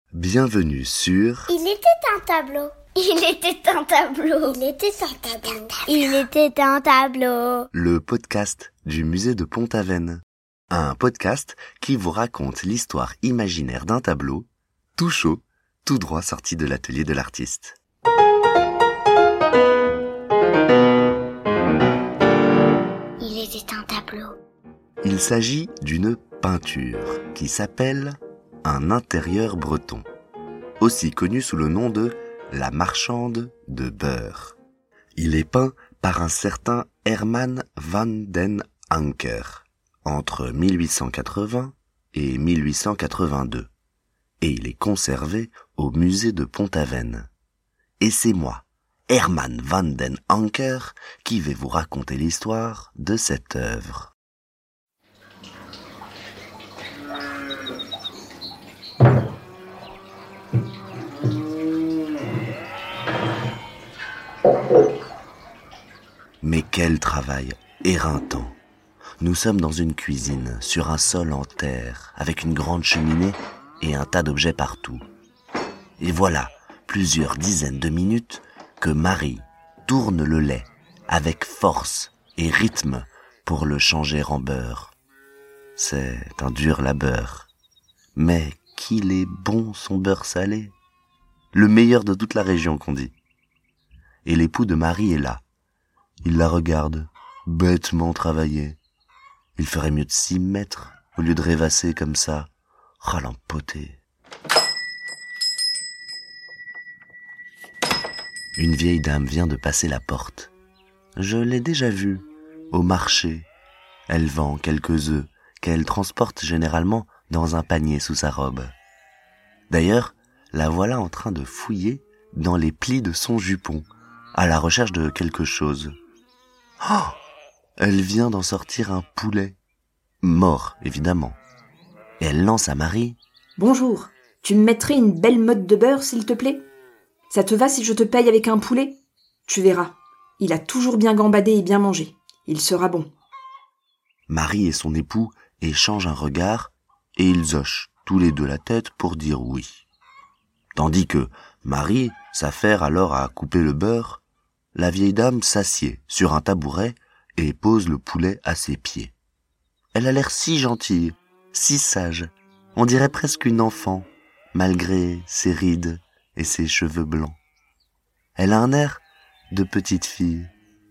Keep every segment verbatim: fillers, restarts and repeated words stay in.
Bienvenue sur... Il était un tableau. Il était un tableau. Il était un tableau. Il était un tableau. Le podcast du musée de Pont-Aven. Un podcast qui vous raconte l'histoire imaginaire d'un tableau, tout chaud, tout droit sorti de l'atelier de l'artiste. Il était un tableau. Il s'agit d'une peinture qui s'appelle un intérieur breton, aussi connu sous le nom de la marchande de beurre. Il est peint par un certain Herman van den Anker entre mille huit cent quatre-vingts et mille huit cent quatre-vingt-deux, et il est conservé au musée de Pont-Aven. Et c'est moi, Herman van den Anker, qui vais vous raconter l'histoire de cette œuvre. Mais quel travail éreintant! Nous sommes dans une cuisine, sur un sol en terre, avec une grande cheminée et un tas d'objets partout. Et voilà, plusieurs dizaines de minutes, que Marie tourne le lait avec force et rythme pour le changer en beurre. C'est un dur labeur. Mais qu'il est bon son beurre salé! Le meilleur de toute la région, qu'on dit. Et l'époux de Marie est là. Il la regarde, bêtement travailler. Il ferait mieux de s'y mettre, au lieu de rêvasser comme ça, ralampoté. Une vieille dame vient de passer la porte. Je l'ai déjà vue, au marché. Elle vend quelques œufs, qu'elle transporte généralement dans un panier sous sa robe. D'ailleurs, la voilà en train de fouiller dans les plis de son jupon, à la recherche de quelque chose. Oh! Elle vient d'en sortir un poulet. Mort, évidemment. Et elle lance à Marie. « Bonjour, tu me mettrais une belle motte de beurre, s'il te plaît ? Ça te va si je te paye avec un poulet ? Tu verras, il a toujours bien gambadé et bien mangé. Il sera bon. » Marie et son époux échangent un regard et ils hochent tous les deux la tête pour dire oui. Tandis que Marie s'affaire alors à couper le beurre, la vieille dame s'assied sur un tabouret et pose le poulet à ses pieds. Elle a l'air si gentille, si sage, on dirait presque une enfant, malgré ses rides et ses cheveux blancs. Elle a un air de petite fille.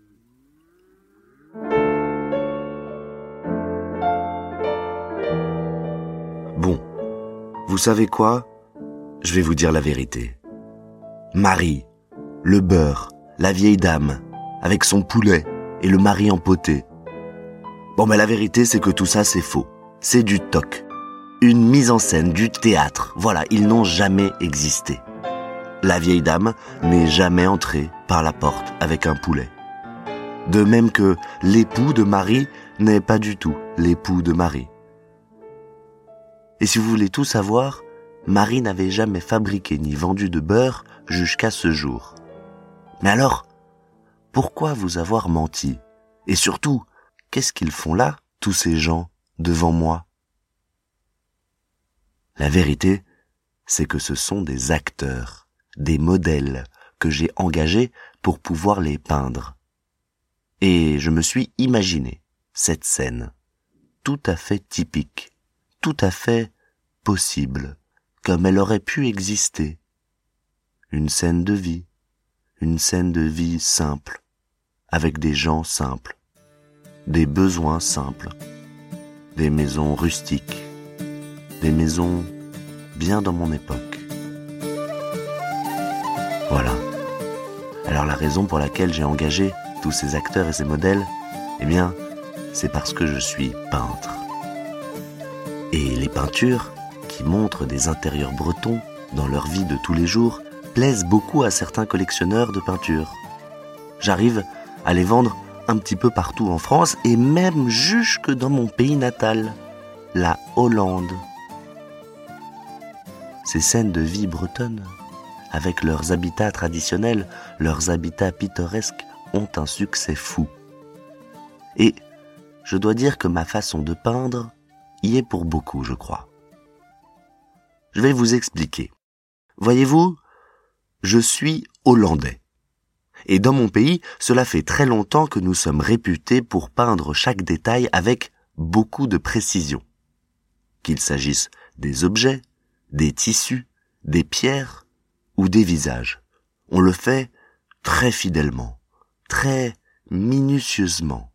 Bon, vous savez quoi ? Je vais vous dire la vérité. Marie, le beurre, la vieille dame, avec son poulet et le mari empoté. Bon, mais la vérité, c'est que tout ça, c'est faux. C'est du toc. Une mise en scène, du théâtre. Voilà, ils n'ont jamais existé. La vieille dame n'est jamais entrée par la porte avec un poulet. De même que l'époux de Marie n'est pas du tout l'époux de Marie. Et si vous voulez tout savoir, Marie n'avait jamais fabriqué ni vendu de beurre jusqu'à ce jour. Mais alors, pourquoi vous avoir menti ? Et surtout, qu'est-ce qu'ils font là, tous ces gens, devant moi ? La vérité, c'est que ce sont des acteurs, des modèles que j'ai engagés pour pouvoir les peindre. Et je me suis imaginé cette scène, tout à fait typique, tout à fait possible, comme elle aurait pu exister. Une scène de vie, une scène de vie simple, avec des gens simples, des besoins simples, des maisons rustiques, des maisons bien dans mon époque. Voilà. Alors la raison pour laquelle j'ai engagé tous ces acteurs et ces modèles, eh bien, c'est parce que je suis peintre. Et les peintures qui montrent des intérieurs bretons dans leur vie de tous les jours plaisent beaucoup à certains collectionneurs de peintures. J'arrive à les vendre un petit peu partout en France et même jusque dans mon pays natal, la Hollande. Ces scènes de vie bretonne, avec leurs habitats traditionnels, leurs habitats pittoresques, ont un succès fou. Et je dois dire que ma façon de peindre y est pour beaucoup, je crois. Je vais vous expliquer. Voyez-vous, je suis hollandais. Et dans mon pays, cela fait très longtemps que nous sommes réputés pour peindre chaque détail avec beaucoup de précision. Qu'il s'agisse des objets, des tissus, des pierres ou des visages. On le fait très fidèlement, très minutieusement.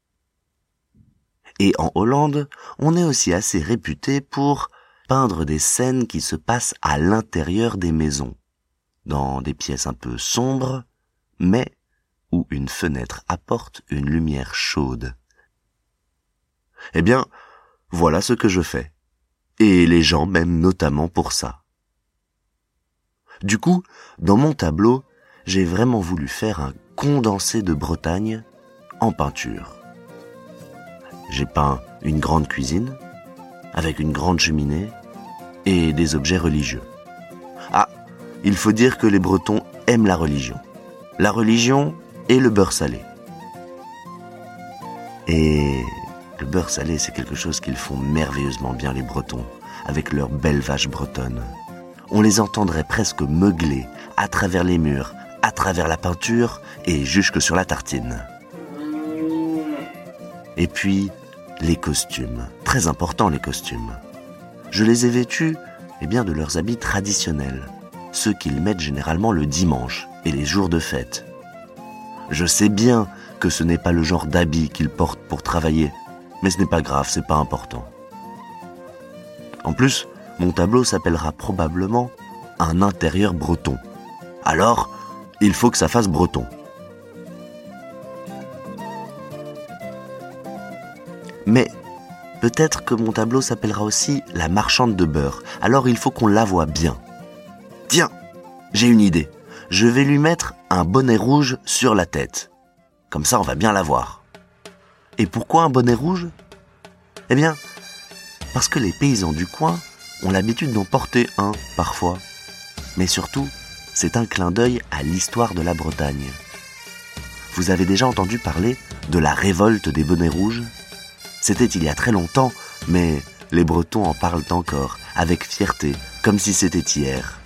Et en Hollande, on est aussi assez réputé pour peindre des scènes qui se passent à l'intérieur des maisons, dans des pièces un peu sombres, mais où une fenêtre apporte une lumière chaude. Eh bien, voilà ce que je fais. Et les gens m'aiment notamment pour ça. Du coup, dans mon tableau, j'ai vraiment voulu faire un condensé de Bretagne en peinture. J'ai peint une grande cuisine, avec une grande cheminée et des objets religieux. Ah, il faut dire que les Bretons aiment la religion. La religion et le beurre salé. Et le beurre salé, c'est quelque chose qu'ils font merveilleusement bien, les Bretons, avec leurs belles vaches bretonnes. On les entendrait presque meugler à travers les murs, à travers la peinture et jusque sur la tartine. Et puis, les costumes. Très importants, les costumes. Je les ai vêtus, eh bien, de leurs habits traditionnels, ceux qu'ils mettent généralement le dimanche et les jours de fête. Je sais bien que ce n'est pas le genre d'habit qu'ils portent pour travailler, mais ce n'est pas grave, c'est pas important. En plus, mon tableau s'appellera probablement un intérieur breton. Alors, il faut que ça fasse breton. Mais peut-être que mon tableau s'appellera aussi la marchande de beurre. Alors il faut qu'on la voie bien. Tiens, j'ai une idée. Je vais lui mettre un bonnet rouge sur la tête. Comme ça, on va bien la voir. Et pourquoi un bonnet rouge ? Eh bien, parce que les paysans du coin ont l'habitude d'en porter un, parfois. Mais surtout, c'est un clin d'œil à l'histoire de la Bretagne. Vous avez déjà entendu parler de la révolte des bonnets rouges ? C'était il y a très longtemps, mais les Bretons en parlent encore, avec fierté, comme si c'était hier.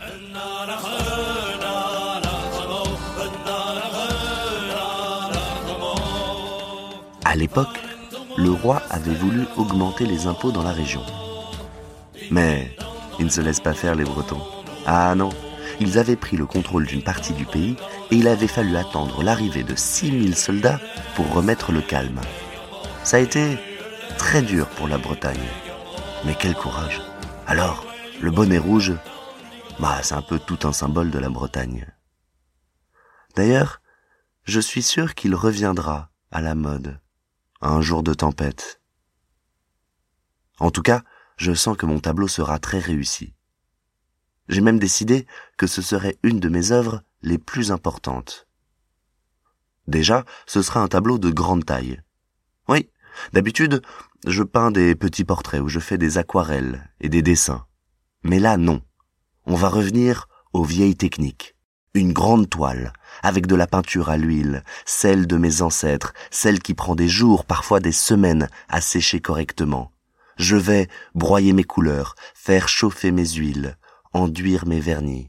À l'époque, le roi avait voulu augmenter les impôts dans la région. Mais ils ne se laissent pas faire, les Bretons. Ah non, ils avaient pris le contrôle d'une partie du pays et il avait fallu attendre l'arrivée de six mille soldats pour remettre le calme. Ça a été très dur pour la Bretagne. Mais quel courage! Alors, le bonnet rouge, bah, c'est un peu tout un symbole de la Bretagne. D'ailleurs, je suis sûr qu'il reviendra à la mode, un jour de tempête. En tout cas, je sens que mon tableau sera très réussi. J'ai même décidé que ce serait une de mes œuvres les plus importantes. Déjà, ce sera un tableau de grande taille. Oui, d'habitude, je peins des petits portraits où je fais des aquarelles et des dessins. Mais là, non. On va revenir aux vieilles techniques. Une grande toile, avec de la peinture à l'huile, celle de mes ancêtres, celle qui prend des jours, parfois des semaines, à sécher correctement. Je vais broyer mes couleurs, faire chauffer mes huiles, enduire mes vernis.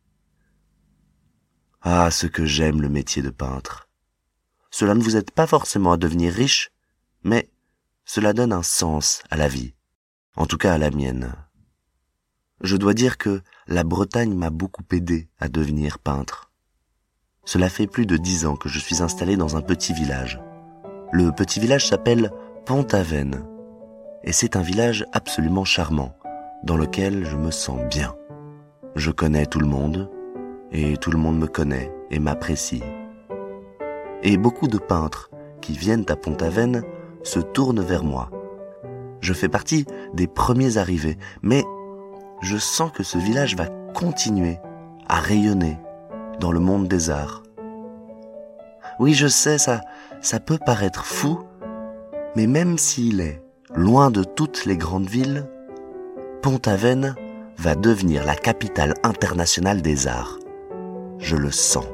Ah, ce que j'aime le métier de peintre. Cela ne vous aide pas forcément à devenir riche, mais cela donne un sens à la vie, en tout cas à la mienne. Je dois dire que la Bretagne m'a beaucoup aidé à devenir peintre. Cela fait plus de dix ans que je suis installé dans un petit village. Le petit village s'appelle Pont-Aven, et c'est un village absolument charmant, dans lequel je me sens bien. Je connais tout le monde, et tout le monde me connaît et m'apprécie. Et beaucoup de peintres qui viennent à Pont-Aven se tournent vers moi. Je fais partie des premiers arrivés, mais je sens que ce village va continuer à rayonner dans le monde des arts. Oui, je sais, ça, ça peut paraître fou, mais même s'il est loin de toutes les grandes villes, Pont-Aven va devenir la capitale internationale des arts. Je le sens.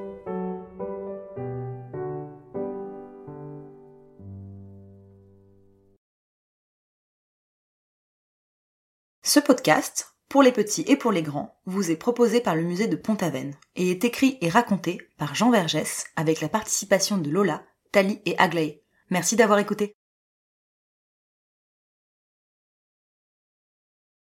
Ce podcast pour les petits et pour les grands, vous est proposé par le musée de Pont-Aven et est écrit et raconté par Jean Vergès avec la participation de Lola, Tali et Aglaé. Merci d'avoir écouté.